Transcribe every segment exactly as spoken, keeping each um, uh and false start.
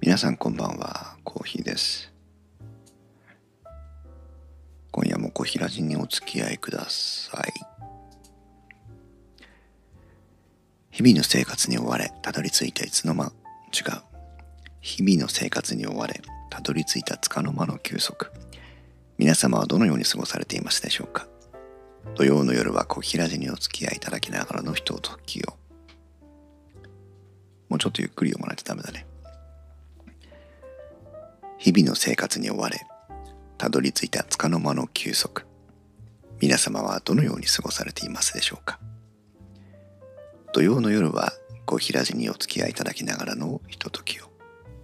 皆さんこんばんは、コーヒーです。今夜もコーヒーラジにお付き合いください。日々の生活に追われたどり着いたいつの間違う日々の生活に追われたどり着いた束の間の休息。皆様はどのように過ごされていますでしょうか。土曜の夜はコーヒーラジにお付き合いいただきながらのひとときを。もうちょっとゆっくり読まないとダメだね。日々の生活に追われたどり着いた束の間の休息。皆様はどのように過ごされていますでしょうか。土曜の夜はコーヒーラジにお付き合いいただきながらのひとときを。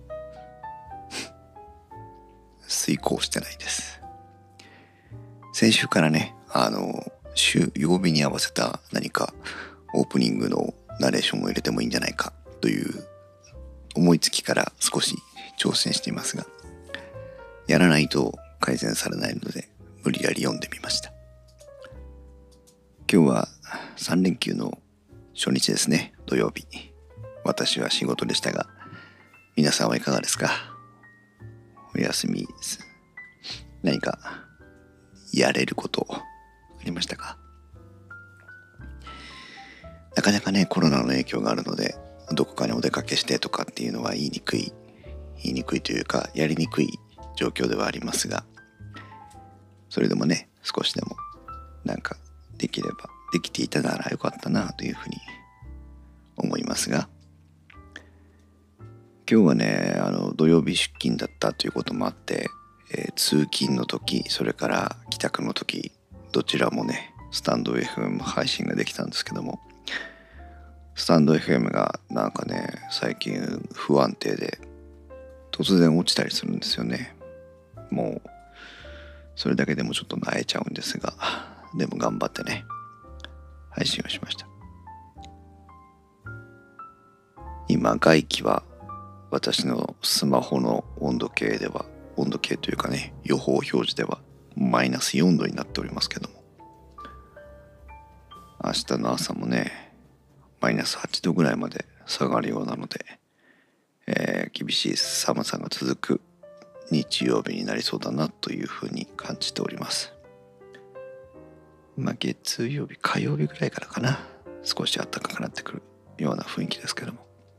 遂行してないです。先週からね、あの週曜日に合わせた何かオープニングのナレーションを入れてもいいんじゃないかという思いつきから少し挑戦していますが、やらないと改善されないので無理やり読んでみました。今日はさん連休の初日ですね。土曜日。私は仕事でしたが、皆さんはいかがですか。お休みです。何かやれることありましたか。なかなかね、コロナの影響があるので、どこかにお出かけしてとかっていうのは言いにくい言いにくいというかやりにくい状況ではありますが、それでもね、少しでもなんかできればできていたならよかったなというふうに思いますが、今日はね、あの土曜日出勤だったということもあって、えー、通勤の時、それから帰宅の時、どちらもねスタンド エフエム 配信ができたんですけども、スタンド エフエム がなんかね最近不安定で突然落ちたりするんですよね。もうそれだけでもちょっと萎えちゃうんですが、でも頑張ってね配信をしました。今外気は私のスマホの温度計では温度計というかね予報表示ではマイナスよんどになっておりますけども、明日の朝もねマイナスはちどぐらいまで下がるようなので、えー、厳しい寒さが続く日曜日になりそうだなというふうに感じております。まあ月曜日火曜日ぐらいからかな、少し暖かくなってくるような雰囲気ですけども、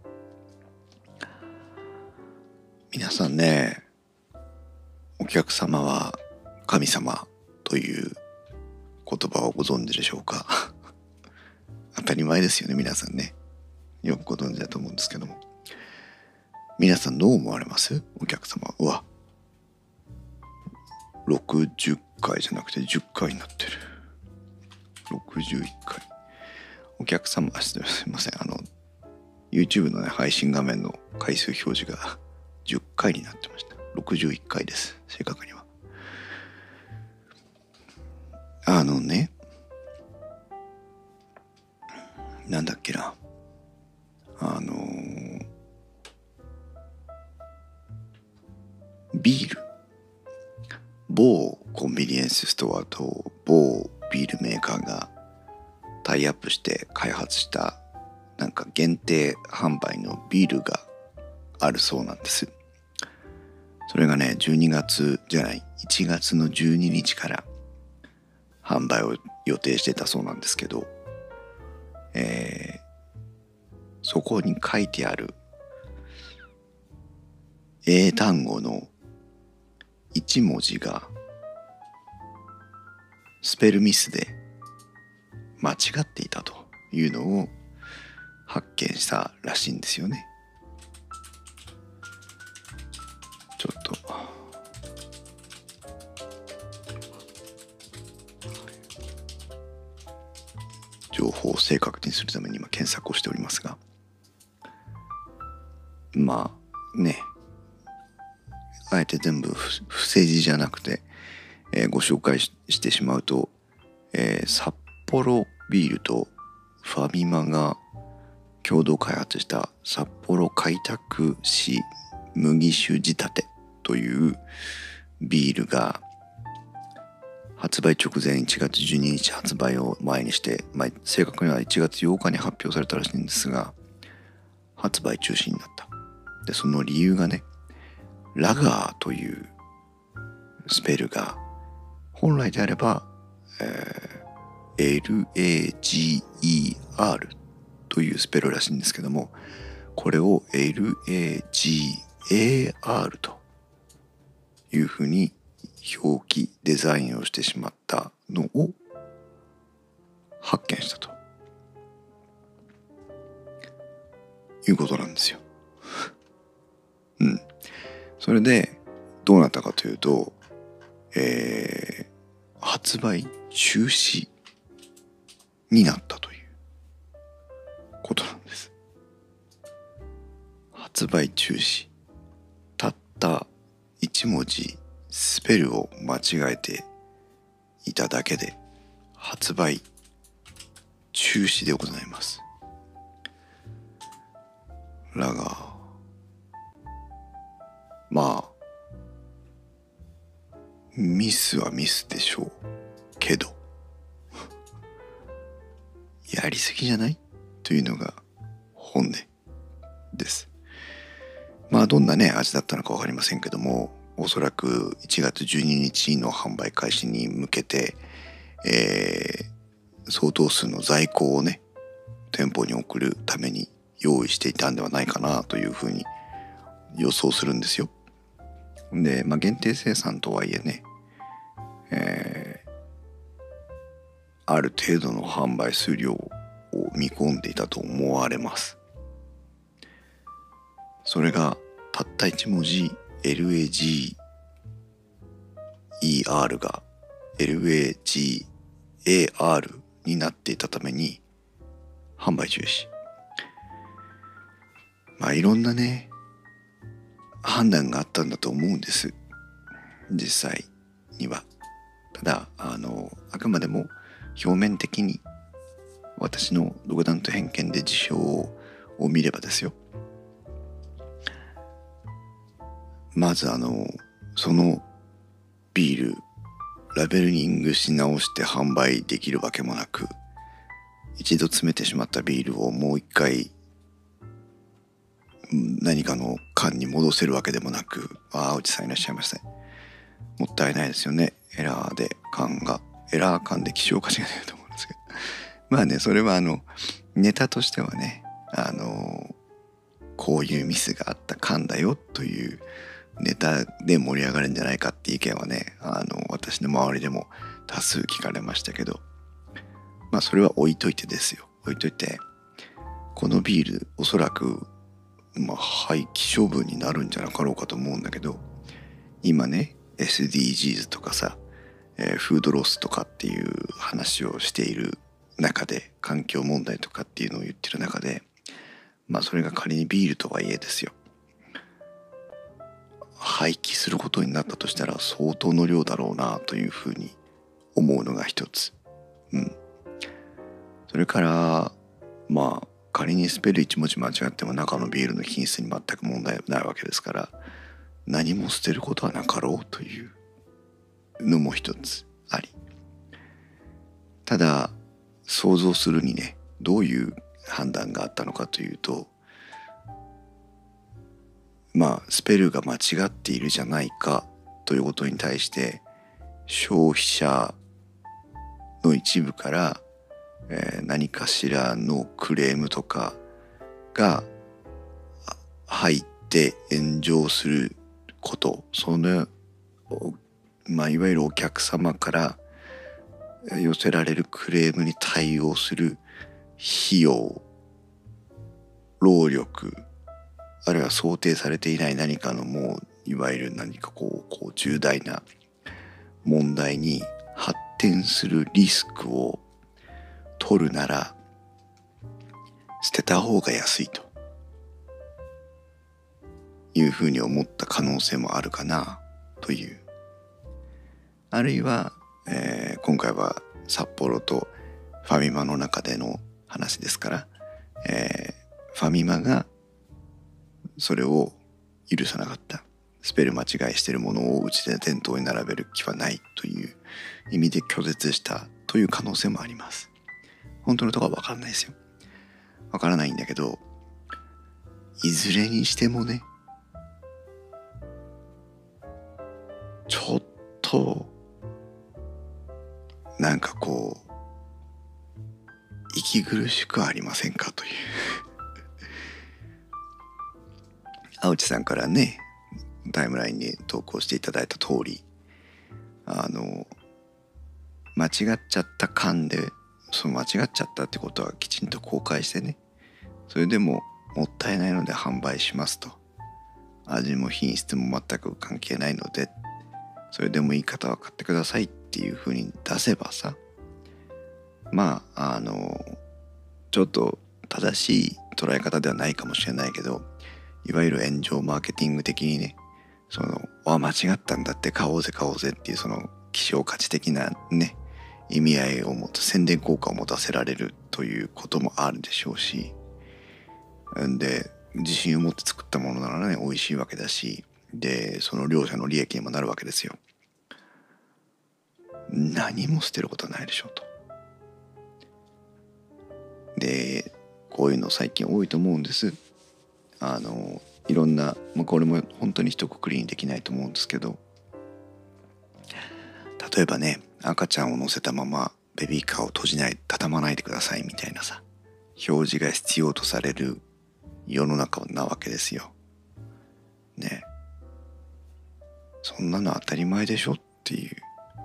皆さんね、お客様は神様という言葉をご存知でしょうか。当たり前ですよね、皆さんねよくご存知だと思うんですけども、皆さんどう思われます？お客様はろくじゅっかいじゃなくてじゅっかいになってる。ろくじゅういっかい。お客様、すいません、あの YouTube のね配信画面の回数表示がじゅっかいになってました。ろくじゅういっかいです、正確には。あのね、なんだっけな、あのー、ビール、某コンビニエンスストアと某ビールメーカーがタイアップして開発したなんか限定販売のビールがあるそうなんです。それがねじゅうにがつじゃないいちがつのじゅうににちから販売を予定してたそうなんですけど、えー、そこに書いてある英単語のいち文字がスペルミスで間違っていたというのを発見したらしいんですよね。ちょっと情報を正確にするために今検索をしておりますが、まあね、あえて全部不正字じゃなくて、えー、ご紹介 し, してしまうと、えー、札幌ビールとファミマが共同開発した札幌開拓市麦酒仕立てというビールが発売直前いちがつじゅうににち発売を前にして、まあ、正確にはいちがつようかに発表されたらしいんですが、発売中止になった。でその理由がね、 ラガーというスペルが本来であれば、えー、エルエージーイーアール というスペルらしいんですけども、これを エルエージーエーアール というふうに表記デザインをしてしまったのを発見したということなんですよ。うん。それでどうなったかというと、えー、発売中止になったということなんです。発売中止。たった一文字スペルを間違えていただけで発売中止でございます。ラガー、まあミスはミスでしょうけどやりすぎじゃないというのが本音です。まあどんなね味だったのか分かりませんけども、おそらくいちがつじゅうににちの販売開始に向けて、えー、相当数の在庫をね店舗に送るために用意していたんではないかなというふうに予想するんですよ。で、まあ、限定生産とはいえね、えー、ある程度の販売数量を見込んでいたと思われます。それがたった一文字 エルエージーイーアール が エルエージーエーアール になっていたために販売中止。まあいろんなね判断があったんだと思うんです、実際には。ただあのあくまでも表面的に私の独断と偏見で事象を見ればですよ、まずあのそのビールラベリングし直して販売できるわけもなく、一度詰めてしまったビールをもう一回何かの缶に戻せるわけでもなく、ああおじさんいらっしゃいませ、もったいないですよね。エラーで缶がエラー缶で希少価値が出ると思うんですけどまあね、それはあのネタとしてはね、あのこういうミスがあった缶だよというネタで盛り上がるんじゃないかっていう意見はね、あの私の周りでも多数聞かれましたけど、まあそれは置いといてですよ、置いといて、このビールおそらくまあ廃棄処分になるんじゃなかろうかと思うんだけど、今ね エスディージーズ とかさ、えー、フードロスとかっていう話をしている中で、環境問題とかっていうのを言ってる中で、まあそれが仮にビールとはいえですよ、廃棄することになったとしたら相当の量だろうなというふうに思うのが一つ。うん。それからまあ仮にスペル一文字間違っても中のビールの品質に全く問題ないわけですから、何も捨てることはなかろうというのも一つあり、ただ想像するにね、どういう判断があったのかというと、まあスペルが間違っているじゃないかということに対して消費者の一部から、えー、何かしらのクレームとかが入って炎上すること、その、まあ、いわゆるお客様から寄せられるクレームに対応する費用、労力、あるいは想定されていない何かのもういわゆる何かこう、こう重大な問題に発展するリスクを取るなら捨てた方が安いというふうに思った可能性もあるかなという。あるいは、えー、今回は札幌とファミマの中での話ですから、えー、ファミマがそれを許さなかった、スペル間違いしているものをうちで店頭に並べる気はないという意味で拒絶したという可能性もあります。本当のところは分からないですよ。分からないんだけど、いずれにしてもね、 ちょっとなんかこう息苦しくありませんかという青地さんからねタイムラインに投稿していただいた通り、あの間違っちゃった感で、その間違っちゃったってことはきちんと公開してね、それでももったいないので販売しますと、味も品質も全く関係ないので、それでもいい方は買ってくださいっていう風に出せばさ、まああのちょっと正しい捉え方ではないかもしれないけど、いわゆる炎上マーケティング的にね、そのあ間違ったんだって買おうぜ買おうぜっていうその希少価値的なね意味合いを持つ宣伝効果を持たせられるということもあるでしょうし、んで自信を持って作ったものならね美味しいわけだし、でその両者の利益にもなるわけですよ。何も捨てることはないでしょうと。でこういうの最近多いと思うんです。あのいろんな、まあ、これも本当に一括りにできないと思うんですけど、例えばね赤ちゃんを乗せたままベビーカーを閉じない畳まないでくださいみたいなさ表示が必要とされる世の中なわけですよ。ね、そんなの当たり前でしょっていう。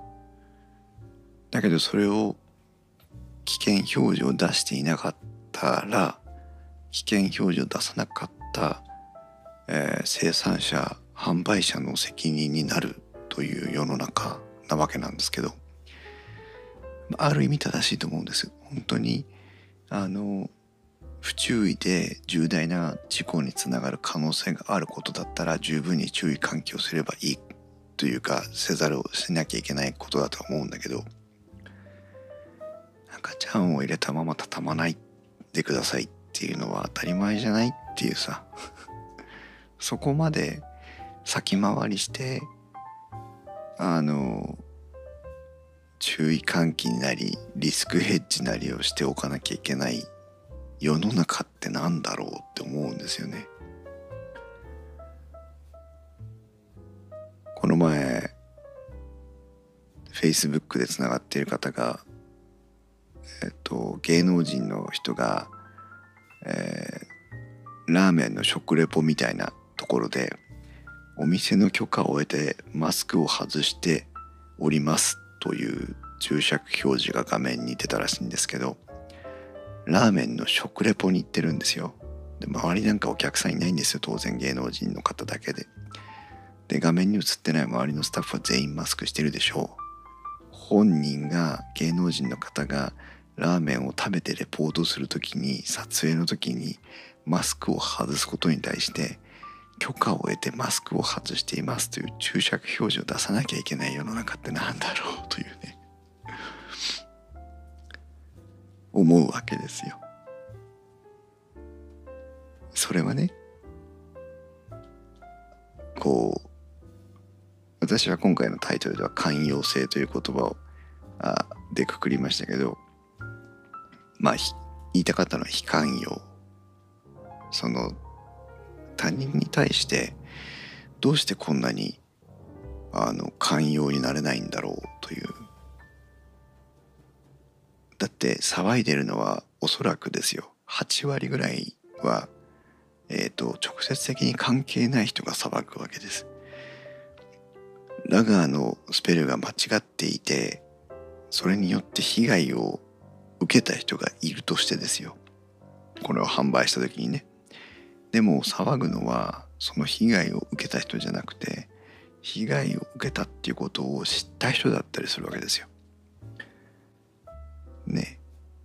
だけどそれを危険表示を出していなかったら、危険表示を出さなかった、えー、生産者販売者の責任になるという世の中なわけなんですけど、ある意味正しいと思うんです。本当にあの不注意で重大な事故につながる可能性があることだったら十分に注意喚起をすればいいというか、せざるをしなきゃいけないことだと思うんだけど、赤ちゃんを入れたまま畳まないでくださいっていうのは当たり前じゃないっていうさそこまで先回りしてあの注意喚起になりリスクヘッジなりをしておかなきゃいけない世の中ってなんだろうって思うんですよね。この前 Facebook でつながっている方が、えっと、芸能人の人が、えー、ラーメンの食レポみたいなところでお店の許可を得てマスクを外しておりますという注釈表示が画面に出たらしいんですけど、ラーメンの食レポに行ってるんですよ。で周りなんかお客さんいないんですよ、当然芸能人の方だけで。で画面に映ってない周りのスタッフは全員マスクしてるでしょう。本人が芸能人の方がラーメンを食べてレポートするときに、撮影の時にマスクを外すことに対して許可を得てマスクを外していますという注釈表示を出さなきゃいけない世の中ってなんだろうというね思うわけですよ。それはね、こう私は今回のタイトルでは寛容性という言葉をあでくくりましたけど、まあ言いたかったのは非寛容。その他人に対してどうしてこんなにあの寛容になれないんだろうという。だって騒いでるのはおそらくですよ、はちわりぐらいはえっと直接的に関係ない人が騒ぐわけです。ラガーのスペルが間違っていて、それによって被害を受けた人がいるとしてですよ、これを販売した時にね。でも騒ぐのはその被害を受けた人じゃなくて、被害を受けたっていうことを知った人だったりするわけですよね。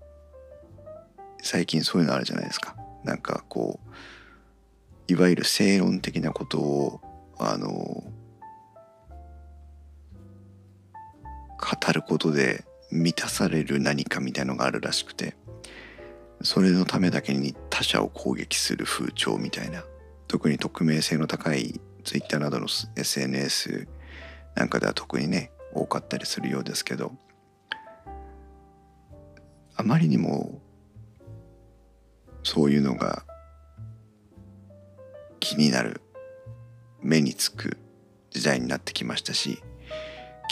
最近そういうのあるじゃないですか。なんかこういわゆる正論的なことをあの語ることで満たされる何かみたいのがあるらしくて、それのためだけに他者を攻撃する風潮みたいな、特に匿名性の高いツイッターなどの エスエヌエス なんかでは特にね多かったりするようですけど、あまりにもそういうのが気になる、目につく時代になってきましたし、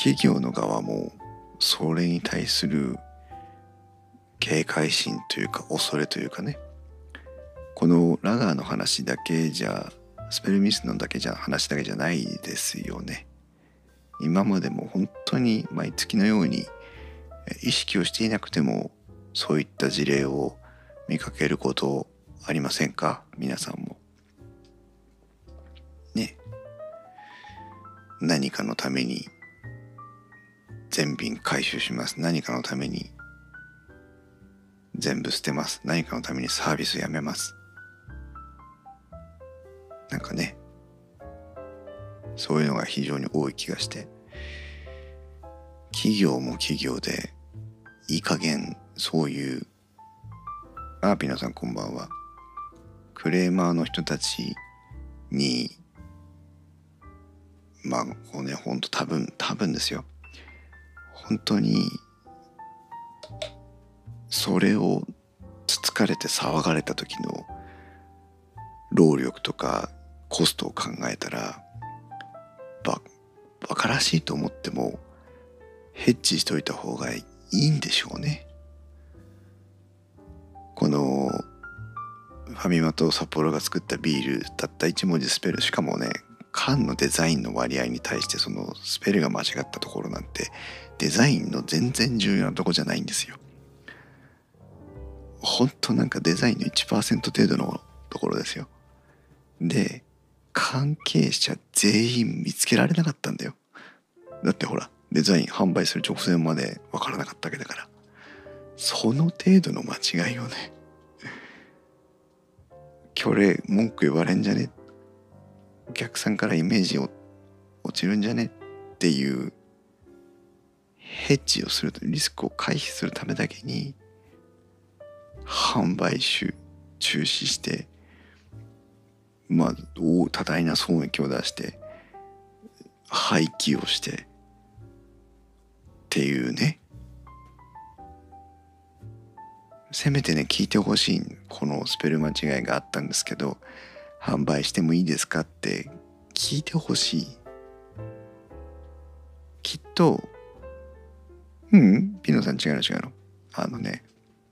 企業の側もそれに対する警戒心というか恐れというかね、このラガーの話だけじゃ、スペルミスのだけじゃ話だけじゃないですよね。今までも本当に毎月のように意識をしていなくてもそういった事例を見かけることありませんか？皆さんもね。何かのために全便回収します。何かのために全部捨てます。何かのためにサービスやめます。なんかね、そういうのが非常に多い気がして、企業も企業でいい加減そういう、あーピノさんこんばんは、クレーマーの人たちに、まあこうね、ほんと多分多分ですよ、本当にそれをつつかれて騒がれた時の労力とかコストを考えたら、ばバカらしいと思ってもヘッジしといた方がいいんでしょうね。このファミマと札幌が作ったビール、たったいち文字スペル、しかもね缶のデザインの割合に対してそのスペルが間違ったところなんてデザインの全然重要なとこじゃないんですよ。ほんとなんかデザインの いちパーセント 程度のところですよ。で、関係者全員見つけられなかったんだよ。だってほら、デザイン販売する直前までわからなかったわけだから、その程度の間違いをね、虚礼文句言われんじゃね、お客さんからイメージを落ちるんじゃねっていうヘッジをすると、リスクを回避するためだけに販売中止して、まあ大多大な損益を出して廃棄をしてっていうね。せめてね聞いてほしい、このスペル間違いがあったんですけど販売してもいいですかって聞いてほしい。きっとうんピノさん違うの違うのあのね、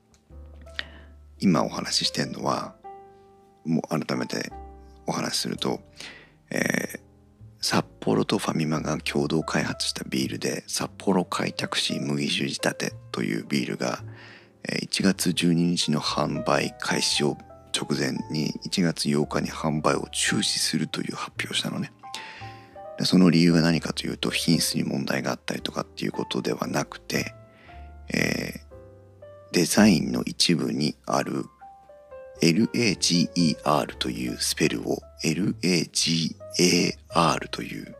今お話ししてんのはもう改めてお話しすると、えー、札幌とファミマが共同開発したビールで、札幌開拓し麦酒仕立てというビールがいちがつじゅうににちの販売開始を直前にいちがつようかに販売を中止するという発表をしたのね。でその理由は何かというと、品質に問題があったりとかっていうことではなくて、えー、デザインの一部にある エルエージーイーアール というスペルを エルエージーエーアール という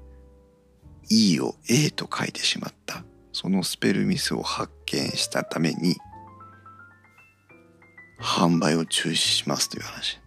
E を A と書いてしまった、そのスペルミスを発見したために販売を中止しますという話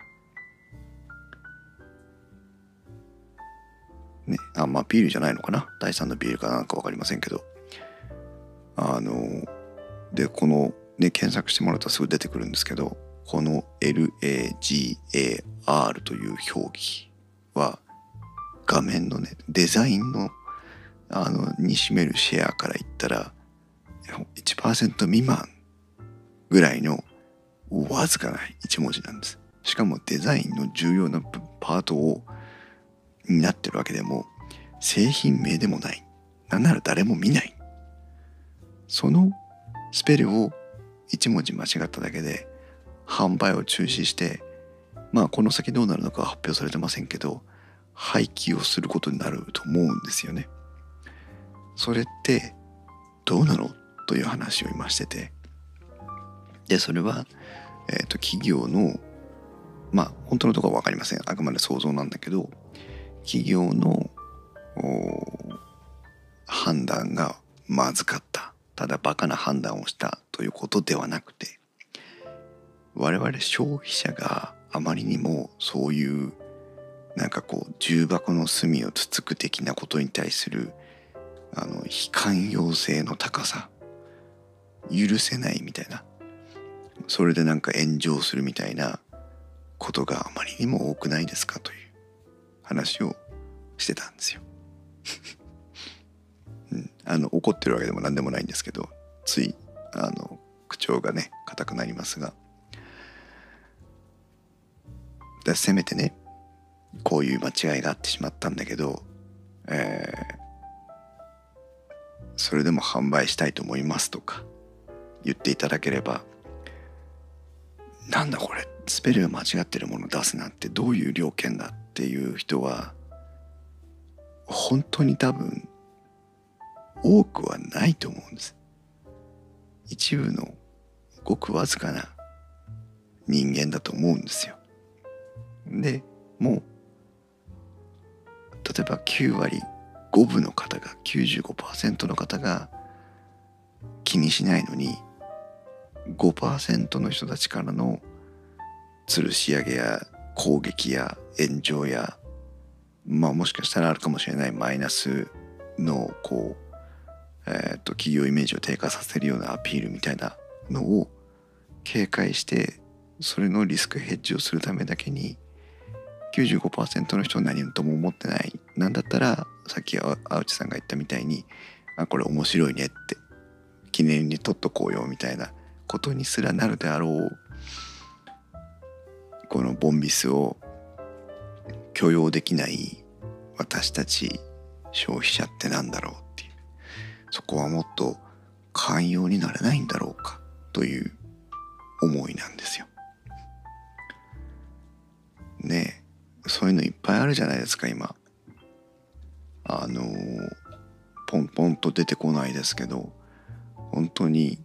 ね。あ、まあビールじゃないのかな、第三のビールかなんか分かりませんけど、あのでこのね検索してもらったらすぐ出てくるんですけど、この エルエージーエーアール という表記は画面のねデザインのあのに占めるシェアから言ったら いちパーセント 未満ぐらいのわずかないち文字なんです。しかもデザインの重要なパートをになってるわけでも製品名でもない、なんなら誰も見ない、そのスペルをいち文字間違っただけで販売を中止して、まあこの先どうなるのかは発表されてませんけど廃棄をすることになると思うんですよね。それってどうなのという話を今してて、でそれは、えーと、企業のまあ本当のところは分かりません、あくまで想像なんだけど、企業の判断がまずかった、ただバカな判断をしたということではなくて、我々消費者があまりにもそういうなんかこう重箱の隅をつつく的なことに対するあの非寛容性の高さ、許せないみたいな、それでなんか炎上するみたいなことがあまりにも多くないですかという話をしてたんですよあの怒ってるわけでも何でもないんですけど、ついあの口調がね硬くなりますが、だせめてねこういう間違いがあってしまったんだけど、えー、それでも販売したいと思いますとか言っていただければ、なんだこれスペルが間違ってるものを出すなんてどういう了見だっていう人は本当に多分多くはないと思うんです。一部のごくわずかな人間だと思うんですよ。でもう例えばきゅうわりごぶの方が きゅうじゅうごパーセント の方が気にしないのに ごパーセント の人たちからの吊るし上げや攻撃や炎上や、まあもしかしたらあるかもしれないマイナスのこう、えー、と企業イメージを低下させるようなアピールみたいなのを警戒して、それのリスクヘッジをするためだけに きゅうじゅうごパーセント の人は何とも思ってない。なんだったらさっき青内さんが言ったみたいに、あこれ面白いねって記念に撮っとこうよみたいなことにすらなるであろうこのボンビスを許容できない私たち消費者ってなんだろうっていう、そこはもっと寛容になれないんだろうかという思いなんですよね。えそういうのいっぱいあるじゃないですか今。あのー、ポンポンと出てこないですけど、本当に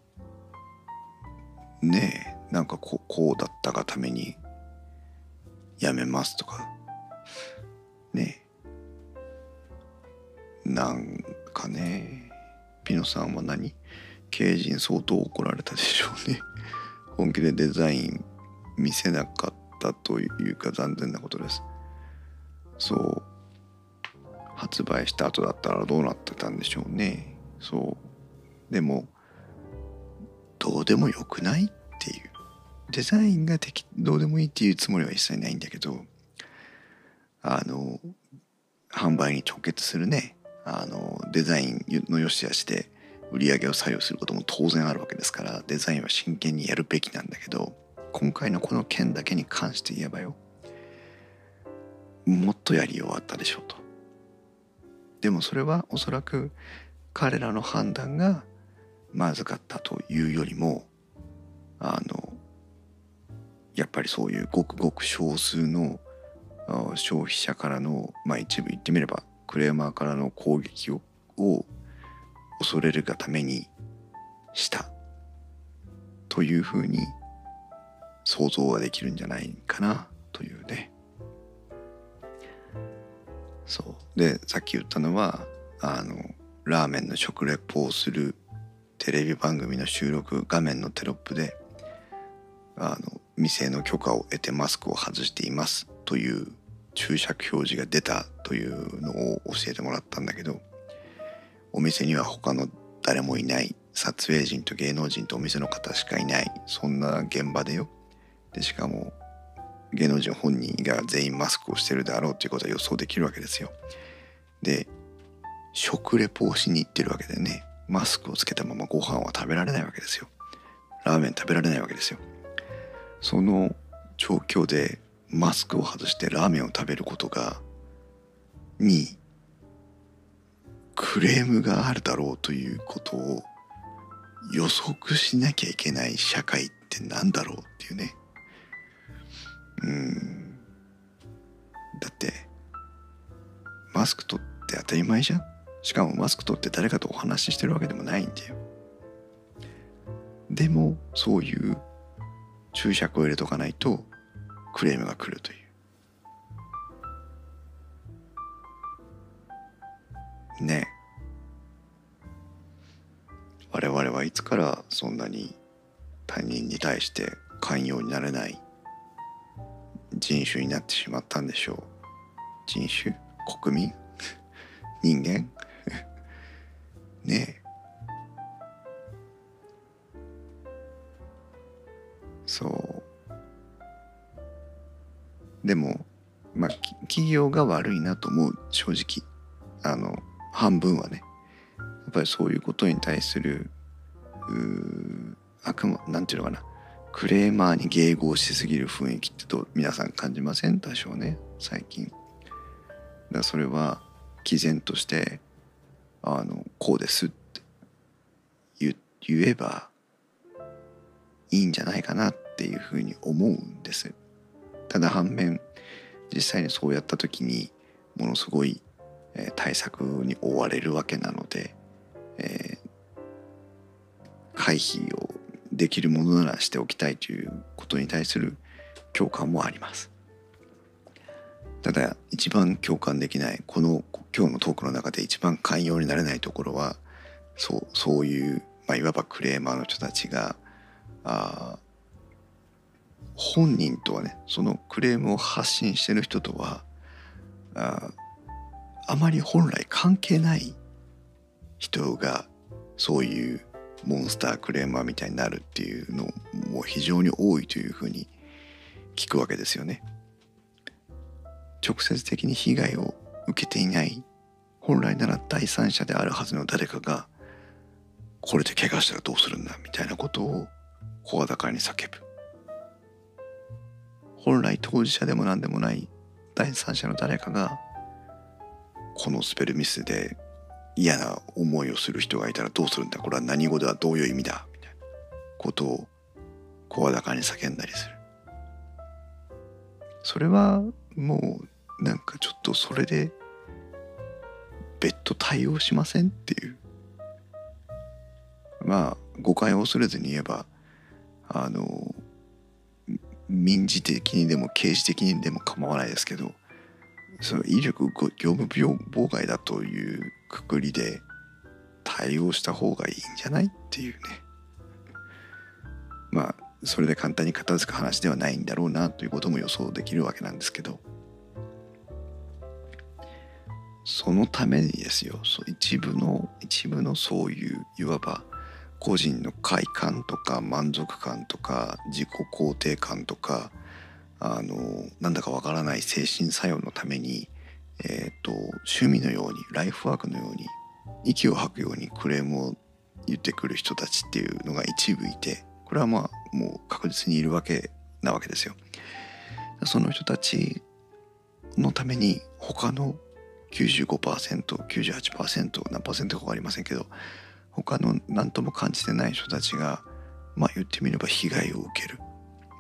ねえなんかこう、こうだったがためにやめますとかねえ、なんかね、ピノさんは何経営陣相当怒られたでしょうね。本気でデザイン見せなかったというか残念なことです。そう発売した後だったらどうなってたんでしょうね。そうでもどうでもよくないっていう、デザインが適どうでもいいっていうつもりは一切ないんだけど、あの販売に直結するね、あのデザインの良し悪しで売り上げを左右することも当然あるわけですから、デザインは真剣にやるべきなんだけど、今回のこの件だけに関して言えばよ、もっとやりようあったでしょうと。でもそれはおそらく彼らの判断がまずかったというよりも、あのやっぱりそういうごくごく少数の消費者からの、まあ一部言ってみればクレーマーからの攻撃をを恐れるがためにしたというふうに想像はできるんじゃないかなというね。そうでさっき言ったのはあのラーメンの食レポをするテレビ番組の収録画面のテロップで、あの店の許可を得てマスクを外していますという注釈表示が出たというのを教えてもらったんだけど、お店には他の誰もいない、撮影人と芸能人とお店の方しかいない、そんな現場でよ。でしかも芸能人本人が全員マスクをしてるであろうということは予想できるわけですよ。で食レポをしに行ってるわけでね、マスクをつけたままご飯は食べられないわけですよ。ラーメン食べられないわけですよ。その状況でマスクを外してラーメンを食べることがにクレームがあるだろうということを予測しなきゃいけない社会ってなんだろうっていうね。うーんだってマスク取って当たり前じゃん。しかもマスク取って誰かとお話ししてるわけでもないんだよ。でもそういう注釈を入れとかないとクレームが来るというね。我々はいつからそんなに他人に対して寛容になれない人種になってしまったんでしょう。人種、国民、人間ねえ。そうでもまあ企業が悪いなと思う、正直あの半分はね。 っぱりそういうことに対するうあくまなんていうのかな、クレーマーに迎合しすぎる雰囲気ってどう皆さん感じません？多少ね、最近。だからそれは毅然としてあのこうですって言言えばいいんじゃないかなっていうふうに思うんです。ただ反面実際にそうやった時にものすごい、えー対策に追われるわけなので、えー回避をできるものならしておきたいということに対する共感もあります。ただ一番共感できない、この今日のトークの中で一番寛容になれないところは、そうそういう、まあ、いわばクレーマーの人たちがあ本人とはね、そのクレームを発信してる人とはああまり本来関係ない人がそういうモンスタークレーマーみたいになるっていうのも非常に多いというふうに聞くわけですよね。直接的に被害を受けていない、本来なら第三者であるはずの誰かがこれで怪我したらどうするんだみたいなことを声高に叫ぶ。本来当事者でも何でもない第三者の誰かがこのスペルミスで嫌な思いをする人がいたらどうするんだ、これは何語ではどういう意味だみたいなことを声高に叫んだりする。それはもうなんかちょっとそれで別途対応しませんっていう、まあ誤解を恐れずに言えばあの民事的にでも刑事的にでも構わないですけど、その威力業務妨害だというくくりで対応した方がいいんじゃないっていうね。まあそれで簡単に片付く話ではないんだろうなということも予想できるわけなんですけど、そのためにですよ、そう一部の一部のそういういわば個人の快感とか満足感とか自己肯定感とかあのなんだかわからない精神作用のために、えーと趣味のようにライフワークのように息を吐くようにクレームを言ってくる人たちっていうのが一部いて、これはまあもう確実にいるわけなわけですよ。その人たちのために他の きゅうじゅうごパーセント、きゅうじゅうはちパーセント、何パーセントか分かりませんけど、他の何とも感じてない人たちがまあ言ってみれば被害を受ける。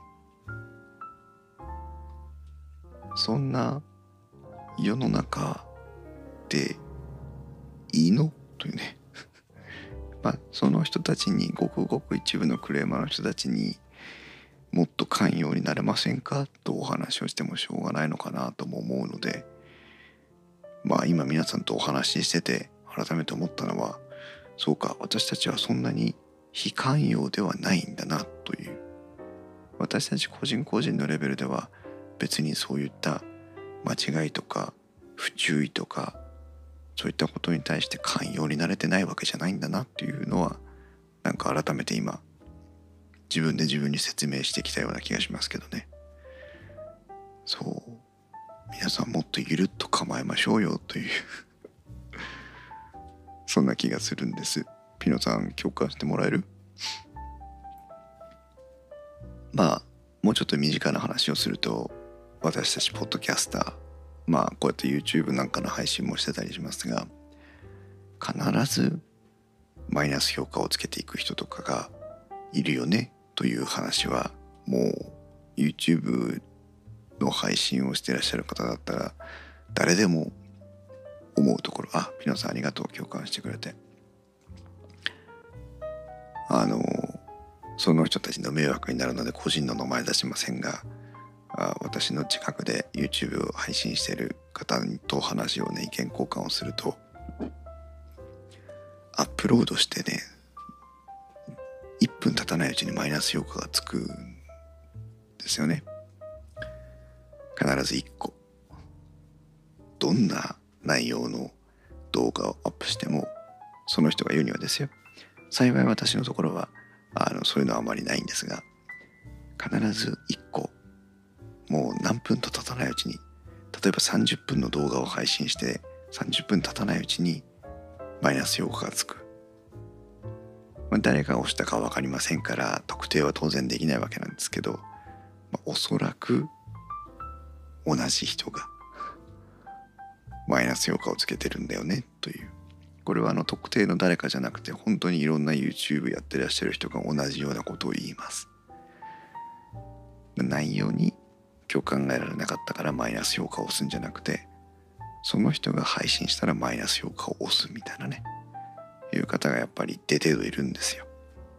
そんな世の中でいいのというねまあその人たちに、ごくごく一部のクレーマーの人たちにもっと寛容になれませんかとお話をしてもしょうがないのかなとも思うので、まあ今皆さんとお話ししてて改めて思ったのは、そうか、私たちはそんなに非寛容ではないんだなという。私たち個人個人のレベルでは別にそういった間違いとか不注意とかそういったことに対して寛容になれてないわけじゃないんだなっていうのは、なんか改めて今自分で自分に説明してきたような気がしますけどね。そう、皆さんもっとゆるっと構えましょうよというそんな気がするんです。ピノさん共感してもらえる？まあもうちょっと身近な話をすると、私たちポッドキャスター、まあこうやって YouTube なんかの配信もしてたりしますが、必ずマイナス評価をつけていく人とかがいるよねという話は、もう YouTube の配信をしていらっしゃる方だったら誰でも思うところ。あ、ピノさんありがとう、共感してくれて。あのその人たちの迷惑になるので個人の名前出しませんが、あ私の近くで YouTube を配信している方と話をね、意見交換をすると、アップロードしてねいっぷん経たないうちにマイナス評価がつくんですよね。必ずいっこ。どんな内容の動画をアップしても、その人が言うにはですよ、幸い私のところはあのそういうのはあまりないんですが、必ずいっこ、もう何分と経たないうちに、例えばさんじゅっぷんの動画を配信してさんじゅっぷん経たないうちにマイナス評価がつく。まあ、誰が押したかは分かりませんから特定は当然できないわけなんですけど、まあ、おそらく同じ人がマイナス評価をつけてるんだよねという。これはあの特定の誰かじゃなくて本当にいろんな YouTube やってらっしゃる人が同じようなことを言います。内容に今日考えられなかったからマイナス評価を押すんじゃなくて、その人が配信したらマイナス評価を押すみたいなね、いう方がやっぱり一定程度いるんですよ。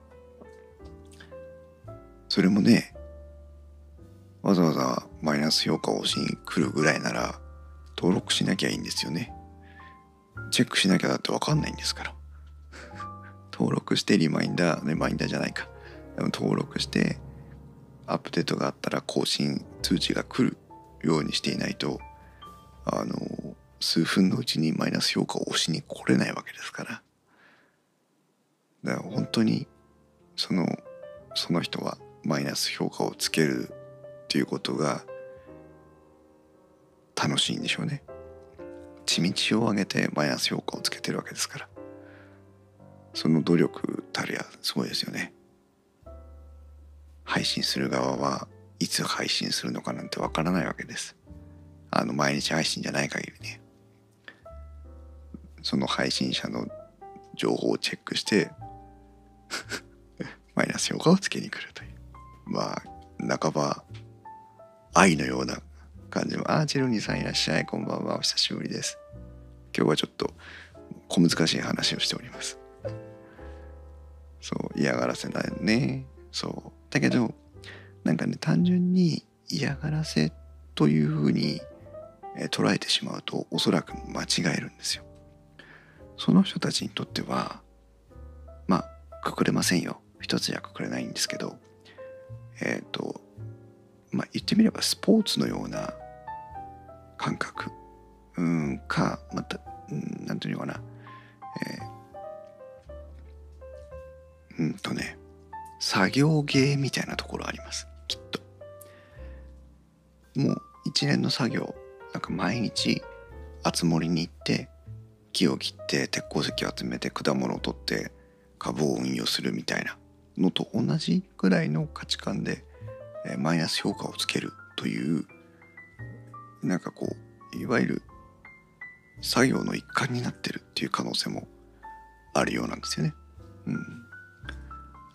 それもね、わざわざマイナス評価を押しに来るぐらいなら登録しなきゃいいんですよね。チェックしなきゃだって分かんないんですから登録してリマインダーリマインダーじゃないかでも登録してアップデートがあったら更新通知が来るようにしていないと、あの数分のうちにマイナス評価を押しに来れないわけですから。だから本当にそのその人はマイナス評価をつけるっていうことが楽しいんでしょうね。地道を上げてマイナス評価をつけてるわけですから、その努力たるやすごいですよね。配信する側はいつ配信するのかなんてわからないわけです。あの毎日配信じゃない限りね。その配信者の情報をチェックしてマイナス評価をつけに来るという、まあ半ば愛のような感じも。あーチェルニーさんいらっしゃい、こんばんは、お久しぶりです。今日はちょっと小難しい話をしております。そう嫌がらせだよね。そうだけどなんかね、単純に嫌がらせというふうに、えー、捉えてしまうとおそらく間違えるんですよ。その人たちにとってはまあくくれませんよ、一つじゃくくれないんですけど、えっとまあ言ってみればスポーツのような感覚うんか、またうんなんていうのかな、えー、うんとね作業芸みたいなところあります、きっと。もう一連の作業、なんか毎日集まりに行って木を切って鉄鉱石を集めて果物を取って株を運用するみたいなのと同じぐらいの価値観で、えー、マイナス評価をつけるという、なんかこういわゆる作業の一環になってるっていう可能性もあるようなんですよね。うん、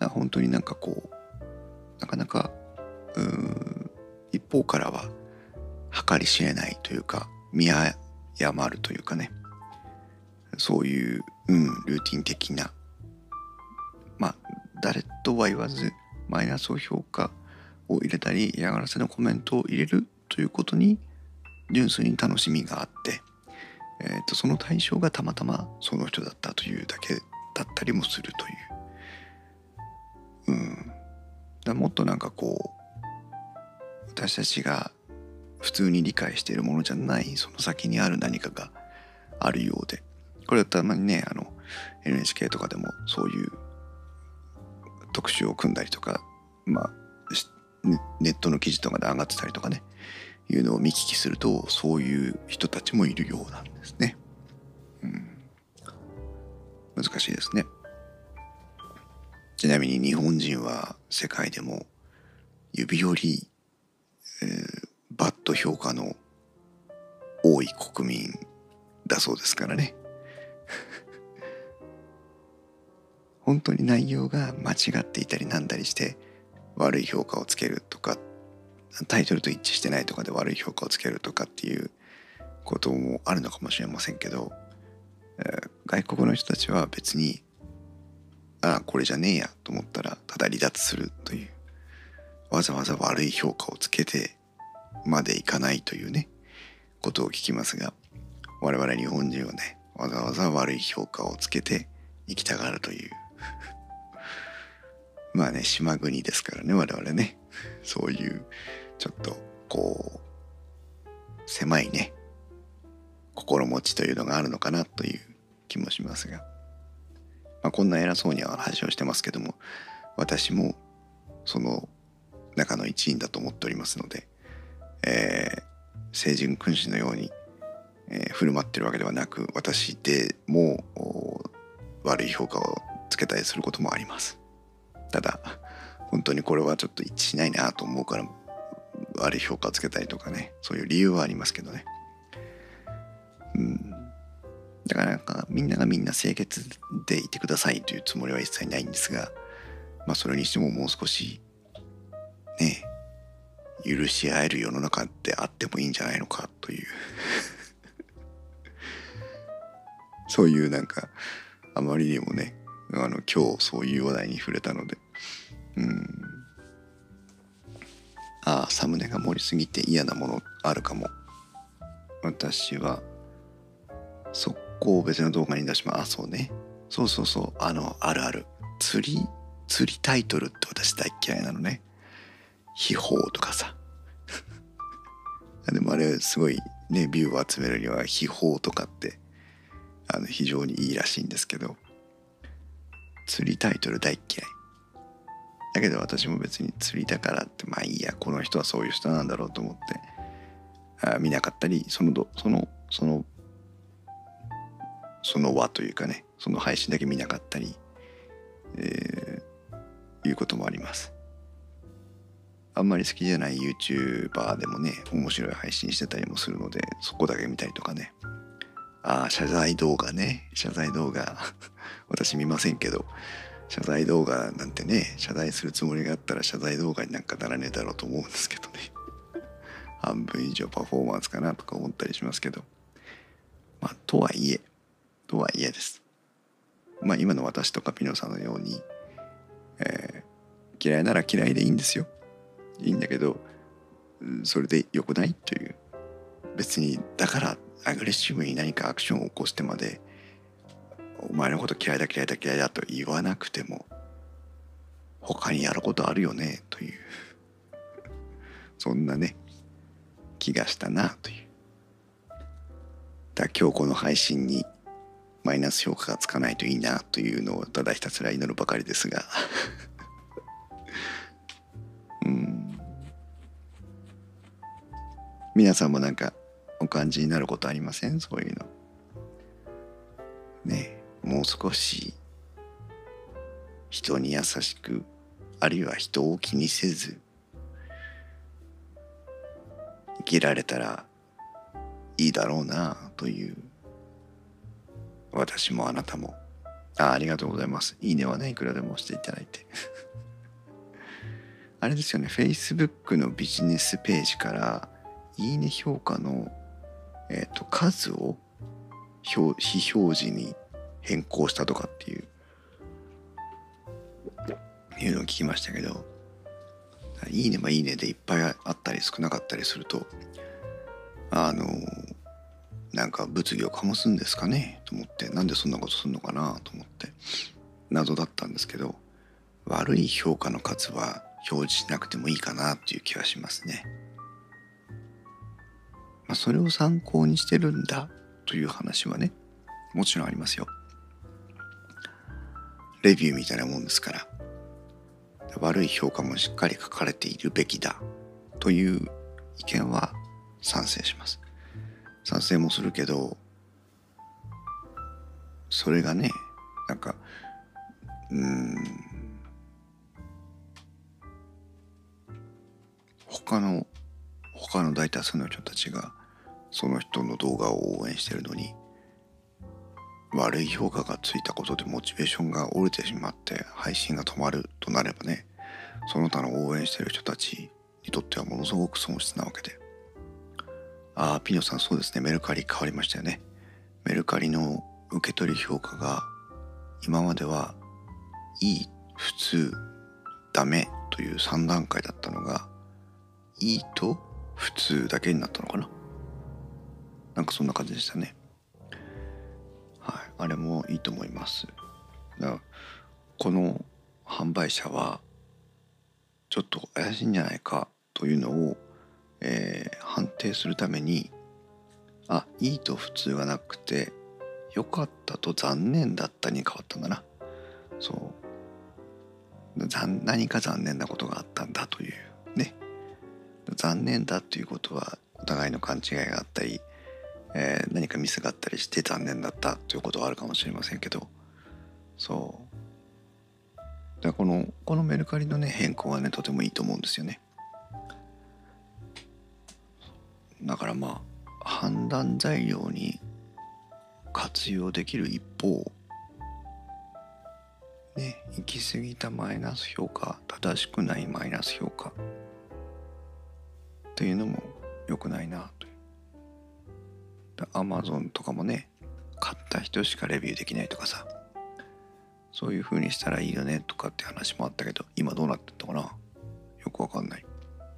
本当になんかこうなかなかうーん一方からは計り知れないというか見誤るというかね、そういう、うん、ルーティン的な、まあ誰とは言わずマイナス評価を入れたり嫌がらせのコメントを入れるということに純粋に楽しみがあって、えー、とその対象がたまたまその人だったというだけだったりもするという、うん、だもっとなんかこう私たちが普通に理解しているものじゃないその先にある何かがあるようで、これはたまにねあの エヌエイチケー とかでもそういう特集を組んだりとか、まあネットの記事とかで上がってたりとかねいうのを見聞きすると、そういう人たちもいるようなんですね。うん、難しいですね。ちなみに日本人は世界でも指より、えー、バッド評価の多い国民だそうですからね本当に内容が間違っていたりなんだりして悪い評価をつけるとか、タイトルと一致してないとかで悪い評価をつけるとかっていうこともあるのかもしれませんけど、えー、外国の人たちは別にああこれじゃねえやと思ったらただ離脱するという、わざわざ悪い評価をつけてまでいかないというねことを聞きますが、我々日本人はねわざわざ悪い評価をつけて生きたがるというまあね島国ですからね我々ね、そういうちょっとこう狭いね心持ちというのがあるのかなという気もしますが、まあ、こんな偉そうには話をしてますけども、私もその中の一員だと思っておりますので、えー、聖人君子のように、えー、振る舞ってるわけではなく、私でも悪い評価をつけたりすることもあります。ただ本当にこれはちょっと一致しないなと思うから悪い評価をつけたりとかね、そういう理由はありますけどね。うん。だからなんかみんながみんな清潔でいてくださいというつもりは一切ないんですが、まあそれにしてももう少しね許し合える世の中であってもいいんじゃないのかというそういうなんかあまりにもねあの今日そういう話題に触れたので、うんああサムネが盛りすぎて嫌なものあるかも。私は速攻別の動画に出します。あそうねそうそうそうあのあるある釣り釣りタイトルって私大嫌いなのね。秘宝とかさでもあれすごいねビューを集めるには秘宝とかってあの非常にいいらしいんですけど、釣りタイトル大嫌いだけど私も別に釣りだからってまあいいやこの人はそういう人なんだろうと思ってあ見なかったりそのどそのそのその輪というかねその配信だけ見なかったり、えー、いうこともあります。あんまり好きじゃない YouTuber でもね面白い配信してたりもするのでそこだけ見たりとかね。ああ謝罪動画ね謝罪動画私見ませんけど謝罪動画なんてね謝罪するつもりがあったら謝罪動画になんかならねえだろうと思うんですけどね半分以上パフォーマンスかなとか思ったりしますけど、まあとはいえとはいえです。まあ今の私とかピノさんのように、えー、嫌いなら嫌いでいいんですよ。いいんだけどそれでよくないという、別にだからアグレッシブに何かアクションを起こしてまでお前のこと嫌いだ嫌いだ嫌いだと言わなくても他にやることあるよねというそんなね気がしたなという。だ今日この配信にマイナス評価がつかないといいなというのをただひたすら祈るばかりですがうん皆さんもなんかお感じになることありません？そういうのね。もう少し人に優しくあるいは人を気にせず生きられたらいいだろうなという。私もあなたも あ, ありがとうございます。いいねはねいくらでも押していただいてあれですよね Facebook のビジネスページからいいね評価の、えー、と数を表非表示に変更したとかっていういうのを聞きましたけど、いいねはいいねでいっぱいあったり少なかったりするとあのなんか物議を醸すんですかねと思って、なんでそんなことするのかなと思って謎だったんですけど、悪い評価の数は表示しなくてもいいかなっていう気はしますね。まあ、それを参考にしてるんだという話はねもちろんありますよ。レビューみたいなもんですから、悪い評価もしっかり書かれているべきだという意見は賛成します。賛成もするけど、それがねなんかうーん他の他の大多数の人たちがその人の動画を応援してるのに悪い評価がついたことでモチベーションが折れてしまって配信が止まるとなればね、その他の応援してる人たちにとってはものすごく損失なわけで。ああピノさんそうですね、メルカリ変わりましたよね。メルカリの受け取り評価が今まではいい、普通、ダメというさん段階だったのがいいと普通だけになったのかな、なんかそんな感じでしたね。はい、あれもいいと思います。だからこの販売者はちょっと怪しいんじゃないかというのを、えー、判定するために、あ、いいと普通がなくて良かったと残念だったに変わったんだな。そう何か残念なことがあったんだというね。残念だということはお互いの勘違いがあったり、えー、何かミスがあったりして残念だったということはあるかもしれませんけど、 そうだこのこのメルカリのね変更はねとてもいいと思うんですよね。だからまあ判断材料に活用できる一方ね、行き過ぎたマイナス評価、正しくないマイナス評価っていうのも良くないなという。アマゾンとかもね、買った人しかレビューできないとかさ、そういう風にしたらいいよねとかって話もあったけど、今どうなってったかな、よくわかんない。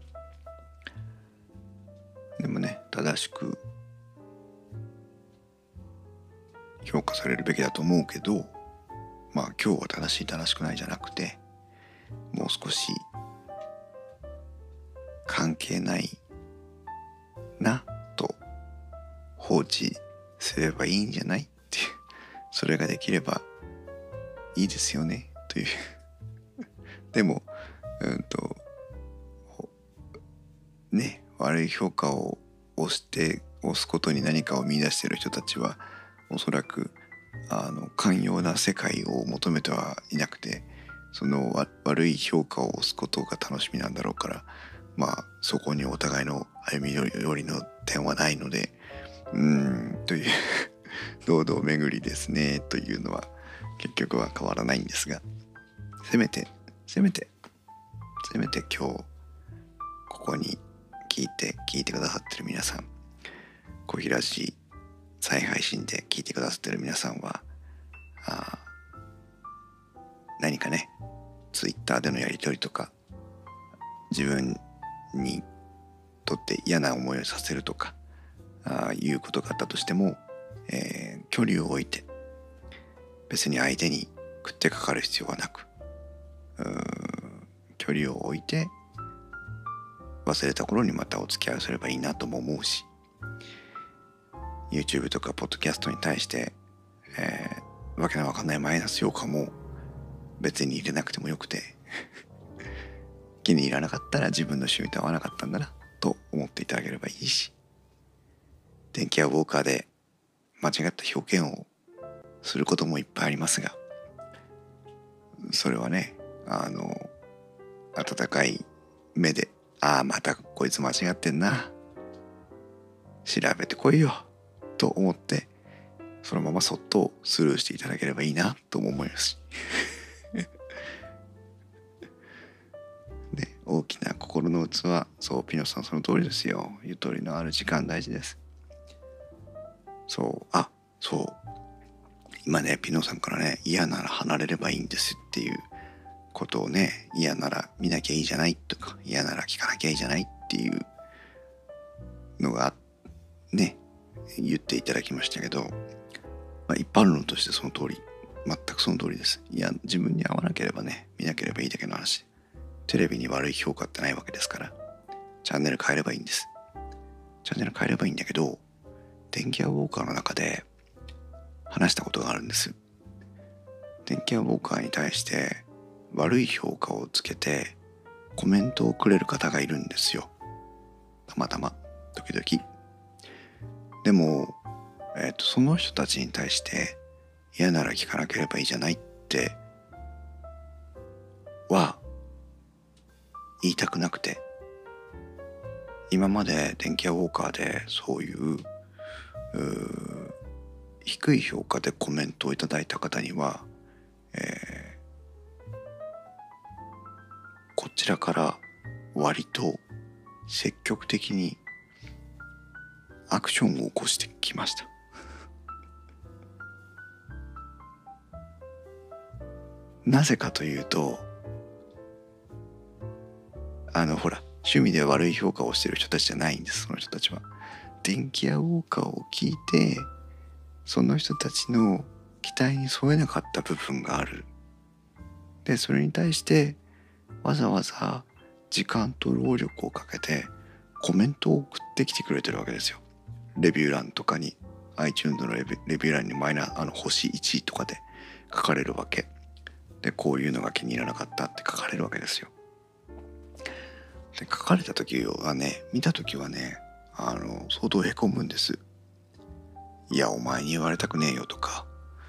でもね、正しく評価されるべきだと思うけど、まあ今日は正しい正しくないじゃなくて、もう少し関係ないなと放置すればいいんじゃないっていう、それができればいいですよねというでもうんとね、悪い評価を押して押すことに何かを見出している人たちはおそらくあの寛容な世界を求めてはいなくて、その悪い評価を押すことが楽しみなんだろうから、まあそこにお互いの歩み寄りの点はないので、うーんという堂々巡りですねというのは結局は変わらないんですが、せめてせめてせめて今日ここに聞いて聞いてくださってる皆さん、小平市再配信で聞いてくださってる皆さんはあ何かね、ツイッターでのやり取りとか自分にとって嫌な思いをさせるとかあいうことがあったとしても、えー、距離を置いて、別に相手に食ってかかる必要はなく、うーん距離を置いて忘れた頃にまたお付き合いをすればいいなとも思うし、 YouTube とかポッドキャストに対して、えー、わけのわかんないマイナス評価も別に入れなくてもよくて気に入らなかったら自分の趣味と合わなかったんだなと思っていただければいいし、電気屋ウォーカーで間違った表現をすることもいっぱいありますが、それはね、あの温かい目で、ああまたこいつ間違ってんな、調べてこいよと思ってそのままそっとスルーしていただければいいなとも思いますね、大きな心の器、そうピノさんその通りですよ。ゆとりのある時間大事です。そうあそう今ねピノさんからね、嫌なら離れればいいんですっていうことをね、嫌なら見なきゃいいじゃないとか、嫌なら聞かなきゃいいじゃないっていうのがね言っていただきましたけど、まあ、一般論としてその通り、全くその通りです。いや自分に合わなければね見なければいいだけの話。テレビに悪い評価ってないわけですから、チャンネル変えればいいんです。チャンネル変えればいいんだけど、電気屋ウォーカーの中で話したことがあるんです。電気屋ウォーカーに対して悪い評価をつけてコメントをくれる方がいるんですよ。たまたま時々。でも、えーと、その人たちに対して嫌なら聞かなければいいじゃないっては言いたくなくて、今まで電気屋ウォーカーでそういう、うー低い評価でコメントをいただいた方には、えー、こちらから割と積極的にアクションを起こしてきましたなぜかというと、あのほら趣味で悪い評価をしている人たちじゃないんです。その人たちは電気屋ウォーカーを聞いて、その人たちの期待に添えなかった部分がある。でそれに対してわざわざ時間と労力をかけてコメントを送ってきてくれてるわけですよ。レビュー欄とかに iTunes のレビュレビュー欄にマイナあの星いちとかで書かれるわけで、こういうのが気に入らなかったって書かれるわけですよ。で書かれた時はね、見た時はね、あの相当へこむんです。いやお前に言われたくねえよとか、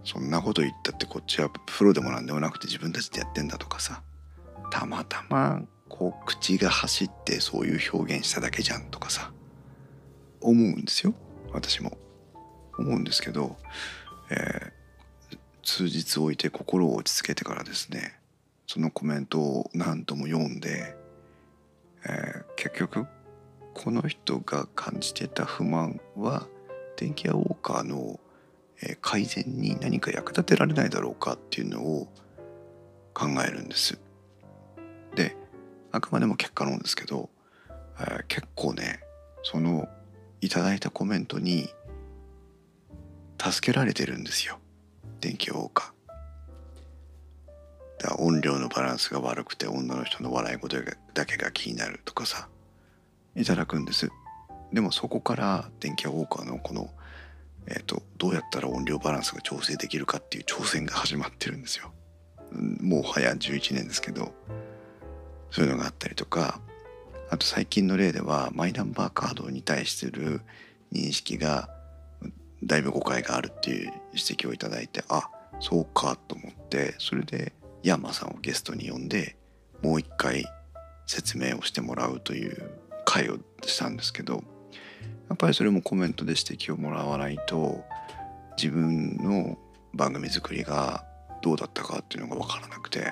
そんなこと言ったってこっちはプロでもなんでもなくて自分たちでやってんだとかさ、たまたまこう口が走ってそういう表現しただけじゃんとかさ思うんですよ。私も思うんですけど、えー、数日置いて心を落ち着けてからですね、そのコメントを何度も読んで、えー、結局この人が感じてた不満は電気屋ウォーカーの改善に何か役立てられないだろうかっていうのを考えるんです。で、あくまでも結果論ですけど、えー、結構ね、そのいただいたコメントに助けられてるんですよ、電気屋ウォーカー。だから音量のバランスが悪くて女の人の笑い声だけが気になるとかさ、いただくんです。でもそこから電気屋ウォーカーのこのえーと、どうやったら音量バランスが調整できるかっていう挑戦が始まってるんですよ。もう早じゅういちねんですけど、そういうのがあったりとか、あと最近の例ではマイナンバーカードに対する認識がだいぶ誤解があるっていう指摘をいただいて、あ、そうかと思って、それでヤンマさんをゲストに呼んでもう一回説明をしてもらうという会をしたんですけど、やっぱりそれもコメントで指摘をもらわないと自分の番組作りがどうだったかっていうのが分からなくて、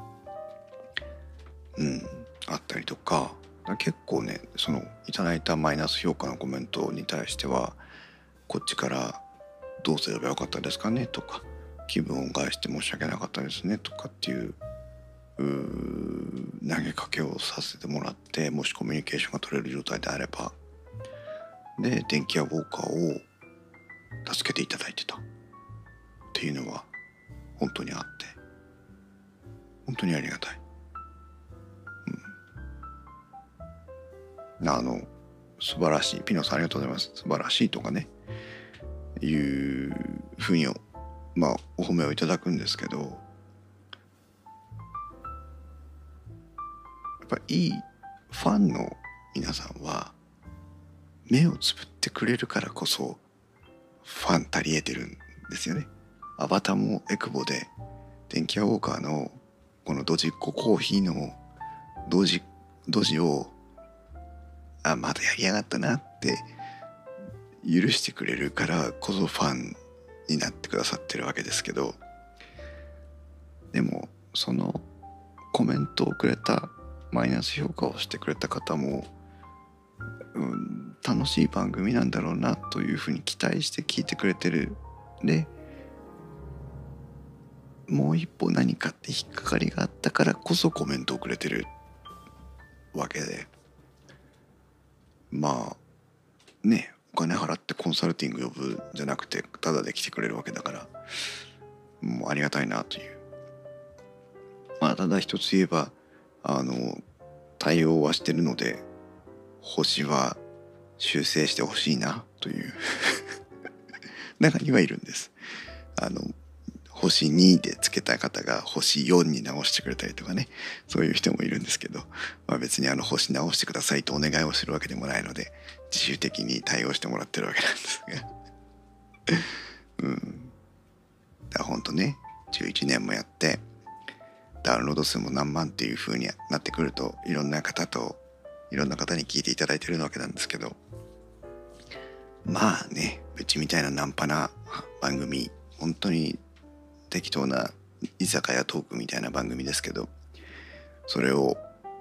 うんあったりとか、結構ね、そのいただいたマイナス評価のコメントに対してはこっちからどうすればよかったですかねとか、気分を害して申し訳なかったですねとかっていうう投げかけをさせてもらって、もしコミュニケーションが取れる状態であればで電気屋ウォーカーを助けていただいてたっていうのは本当にあって、本当にありがたい。うん、あの素晴らしい、ピノさんありがとうございます、素晴らしいとかねいうふうにまあお褒めをいただくんですけど、やっぱいいファンの皆さんは目をつぶってくれるからこそファン足り得てるんですよね。アバターもエクボで電気屋ウォーカーのこのドジっ子コーヒーのドジドジをあまたやりやがったなって許してくれるからこそファンになってくださってるわけですけど、でもそのコメントをくれたマイナス評価をしてくれた方も、うん、楽しい番組なんだろうなというふうに期待して聞いてくれてる。でもう一歩何かって引っかかりがあったからこそコメントをくれてるわけで、まあね、お金払ってコンサルティング呼ぶじゃなくてタダで来てくれるわけだから、もうありがたいなという。まあただ一つ言えば、あの対応はしてるので星は修正してほしいなという中にはいるんです。あの星にでつけた方が星よんに直してくれたりとかね、そういう人もいるんですけど、まあ、別にあの星直してくださいとお願いをするわけでもないので自主的に対応してもらってるわけなんですがうんだからほんとね、じゅういちねんもやってダウンロード数も何万っていう風になってくると、いろんな方といろんな方に聞いていただいてるわけなんですけど、まあね、うちみたいなナンパな番組、本当に適当な居酒屋トークみたいな番組ですけど、それを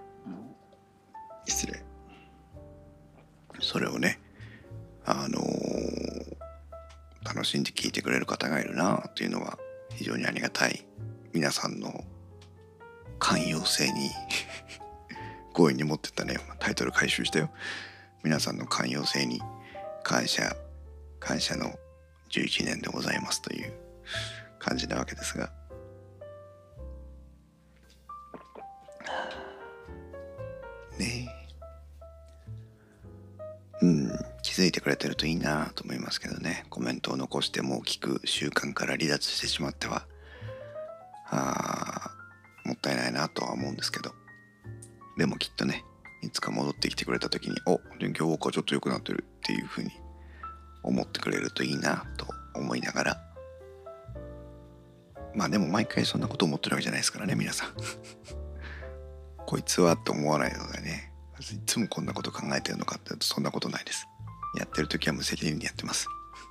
失礼それをね、あのー、楽しんで聞いてくれる方がいるなというのは非常にありがたい。皆さんの寛容性に強引に持ってったね、タイトル回収したよ。皆さんの寛容性に感謝感謝のじゅういちねんでございますという感じなわけですが、ねえ、うん気づいてくれてるといいなと思いますけどね。コメントを残しても聞く習慣から離脱してしまってはあもったいないなとは思うんですけど、でもきっとね、いつか戻ってきてくれた時にお電気ウォーカーちょっと良くなってるっていう風に思ってくれるといいなと思いながらまあでも毎回そんなこと思ってるわけじゃないですからね、皆さん。こいつはと思わないのでね、いつもこんなこと考えてるのかっていうとそんなことないです。やってる時は無責任にやってます。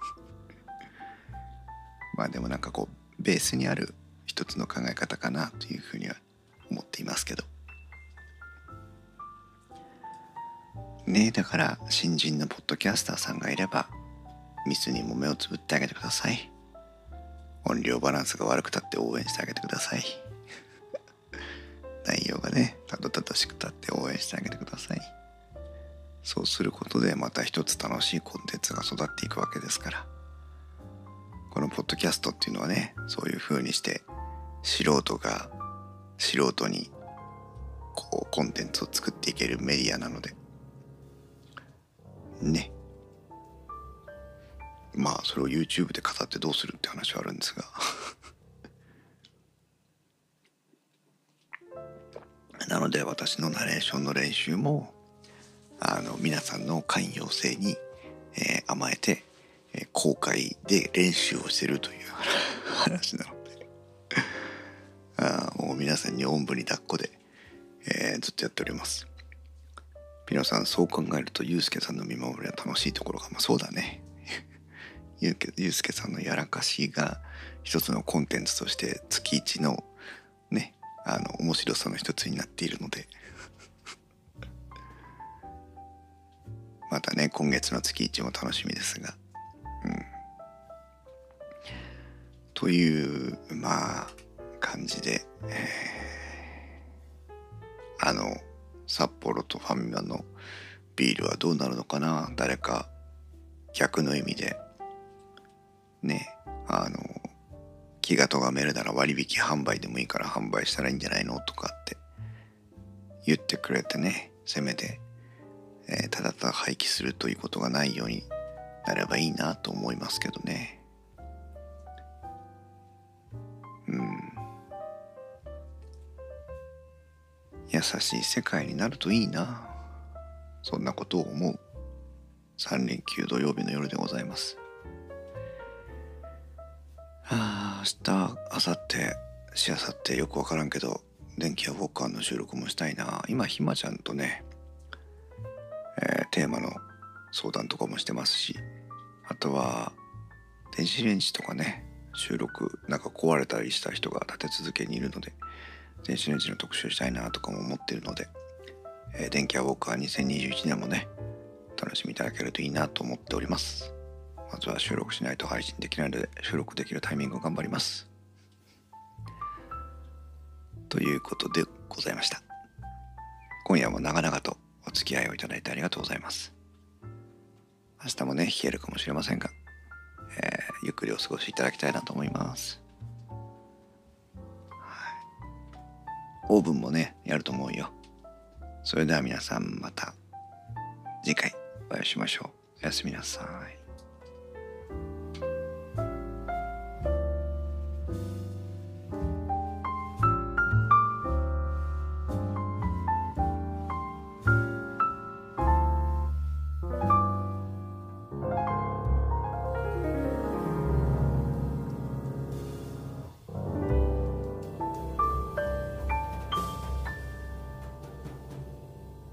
まあでもなんかこうベースにある一つの考え方かなというふうには思っていますけどね。だから新人のポッドキャスターさんがいればミスにも目をつぶってあげてください。音量バランスが悪くたって応援してあげてください。内容がねたどたどしくたって応援してあげてください。そうすることでまた一つ楽しいコンテンツが育っていくわけですから、このポッドキャストっていうのはね、そういう風にして素人が素人にこうコンテンツを作っていけるメディアなのでね。まあそれを YouTube で語ってどうするって話はあるんですがなので私のナレーションの練習もあの皆さんの寛容性に、えー、甘えて、えー、公開で練習をしてるという話なのであもう皆さんにおんぶに抱っこで、えー、ずっとやっております。皆さんそう考えるとゆうすけさんの見守りは楽しいところがまあそうだねゆうゆうすけさんのやらかしが一つのコンテンツとして月一のねあの面白さの一つになっているのでまたね今月の月一も楽しみですが、うん、というまあ感じで、えー、あの札幌とファミマのビールはどうなるのかな。誰か逆の意味でねあの気が咎めるなら割引販売でもいいから販売したらいいんじゃないのとかって言ってくれてね、せめて、えー、ただただ廃棄するということがないようになればいいなと思いますけどね。うん優しい世界になるといいな。そんなことを思うさん連休土曜日の夜でございます。はあ、明日明後日しあさってよくわからんけど電気屋ウォーカーの収録もしたいな。今ひまちゃんとね、えー、テーマの相談とかもしてますし、あとは電子レンジとかね収録なんか壊れたりした人が立て続けにいるので電子レンジの特集したいなとかも思っているので、えー、電気屋ウォーカーにせんにじゅういちねんもね楽しみいただけるといいなと思っております。まずは収録しないと配信できないので収録できるタイミングを頑張りますということでございました。今夜も長々とお付き合いをいただいてありがとうございます。明日もね冷えるかもしれませんが、えー、ゆっくりお過ごしいただきたいなと思います。オーブンもねやると思うよ。それでは皆さんまた次回お会いしましょう。おやすみなさい。